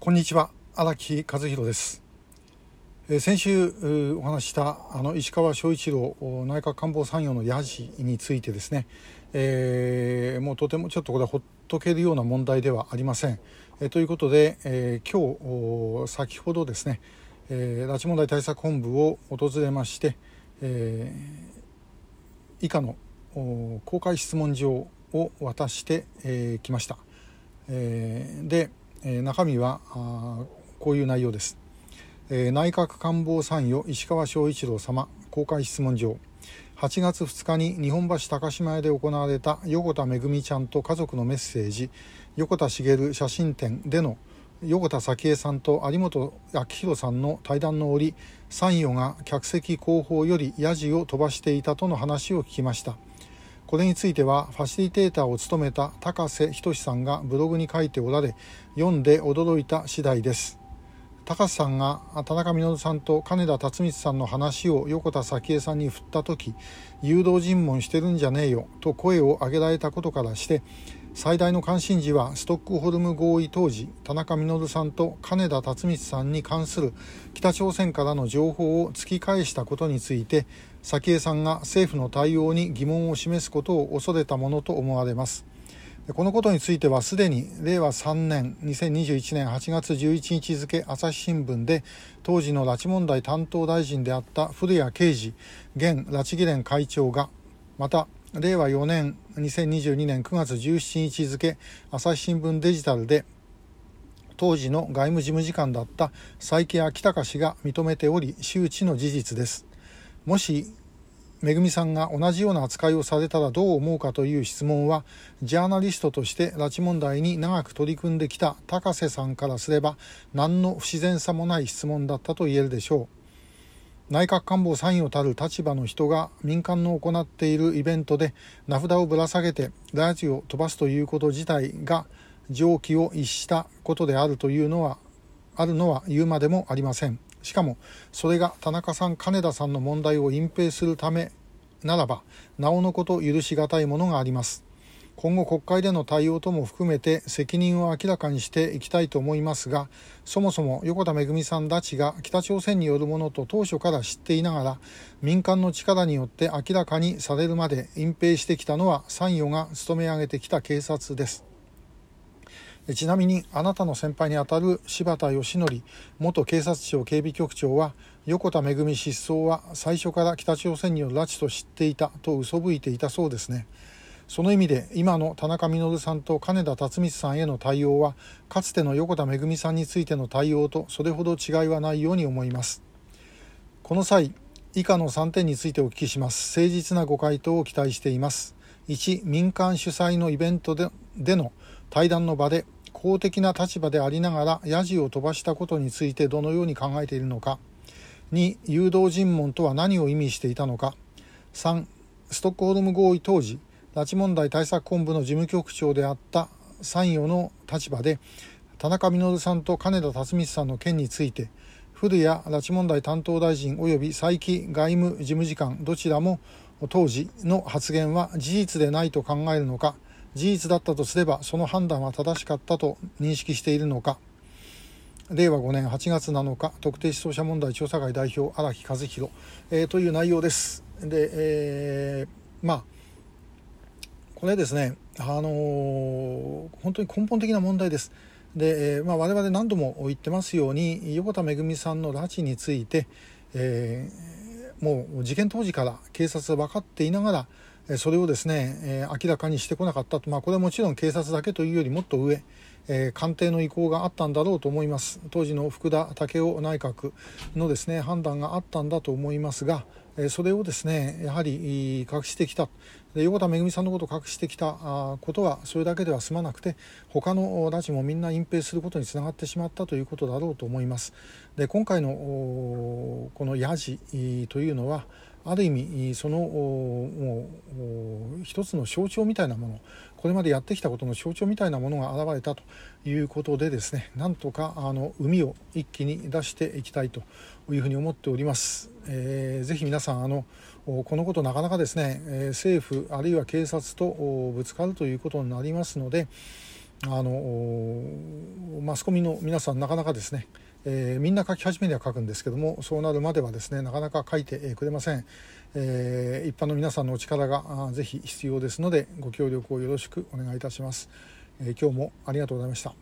こんにちは、荒木和弘です。先週お話した石川昭一郎内閣官房参与のヤジについてですね、もうとてもちょっとこれはほっとけるような問題ではありません。ということで、今日先ほどですね、拉致問題対策本部を訪れまして、以下の公開質問状を渡してきました。で中身はこういう内容です。内閣官房参与石川昭一郎様公開質問状。8月2日に日本橋高島屋で行われた横田めぐみちゃんと家族のメッセージ横田茂写真展での横田早紀江さんと有本明弘さんの対談の折、参与が客席後方よりヤジを飛ばしていたとの話を聞きました。これについてはファシリテーターを務めた高瀬仁さんがブログに書いておられ、読んで驚いた次第です。高瀬さんが田中稔さんと金田辰光さんの話を横田早紀江さんに振った時、誘導尋問してるんじゃねえよと声を上げられたことからして、最大の関心事はストックホルム合意当時田中稔さんと金田辰光さんに関する北朝鮮からの情報を突き返したことについて、早紀江さんが政府の対応に疑問を示すことを恐れたものと思われます。このことについてはすでに令和3年2021年8月11日付朝日新聞で当時の拉致問題担当大臣であった古谷啓二現拉致議連会長が、また令和4年2022年9月17日付朝日新聞デジタルで当時の外務事務次官だった佐伯昭隆氏が認めており周知の事実です。もしめぐみさんが同じような扱いをされたらどう思うかという質問は、ジャーナリストとして拉致問題に長く取り組んできた高瀬さんからすれば何の不自然さもない質問だったと言えるでしょう。内閣官房参与たる立場の人が民間の行っているイベントで名札をぶら下げてラジを飛ばすということ自体が常軌を逸したことであるのは言うまでもありません。しかもそれが田中さん金田さんの問題を隠蔽するためならばなおのこと許しがたいものがあります。今後国会での対応とも含めて責任を明らかにしていきたいと思いますが、そもそも横田めぐみさん拉致が北朝鮮によるものと当初から知っていながら民間の力によって明らかにされるまで隠蔽してきたのは参与が務め上げてきた警察です。ちなみにあなたの先輩にあたる柴田義則元警察庁警備局長は横田めぐみ失踪は最初から北朝鮮による拉致と知っていたと嘘吹いていたそうですね。その意味で今の田中稔さんと金田辰光さんへの対応はかつての横田めぐみさんについての対応とそれほど違いはないように思います。この際以下の3点についてお聞きします。誠実なご回答を期待しています。1、民間主催のイベントでの対談の場で公的な立場でありながらヤジを飛ばしたことについてどのように考えているのか。2、誘導尋問とは何を意味していたのか。3、ストックホルム合意当時拉致問題対策本部の事務局長であった参与の立場で田中稔さんと金田辰光さんの件について古谷拉致問題担当大臣及び佐伯外務事務次官どちらも当時の発言は事実でないと考えるのか、事実だったとすればその判断は正しかったと認識しているのか。令和5年8月7日特定失踪者問題調査会代表荒木和弘、という内容です。で、これですね、本当に根本的な問題です。で、我々何度も言ってますように横田めぐみさんの拉致について、もう事件当時から警察は分かっていながらそれをですね、明らかにしてこなかったと、これはもちろん警察だけというよりもっと上、官邸の意向があったんだろうと思います。当時の福田赳夫内閣のですね判断があったんだと思いますが、それをですねやはり隠してきた。で横田めぐみさんのことを隠してきたことはそれだけでは済まなくて他の拉致もみんな隠蔽することにつながってしまったということだろうと思います。で今回のこのヤジというのはある意味そのもう一つの象徴みたいなもの、これまでやってきたことの象徴みたいなものが現れたということでですね、なんとか海を一気に出していきたいというふうに思っております。ぜひ皆さんこのことなかなかですね、政府あるいは警察とぶつかるということになりますので、 マスコミの皆さんなかなかですね、みんな書き始めには書くんですけども、そうなるまではですねなかなか書いてくれません。一般の皆さんのお力がぜひ必要ですので、ご協力をよろしくお願いいたします。今日もありがとうございました。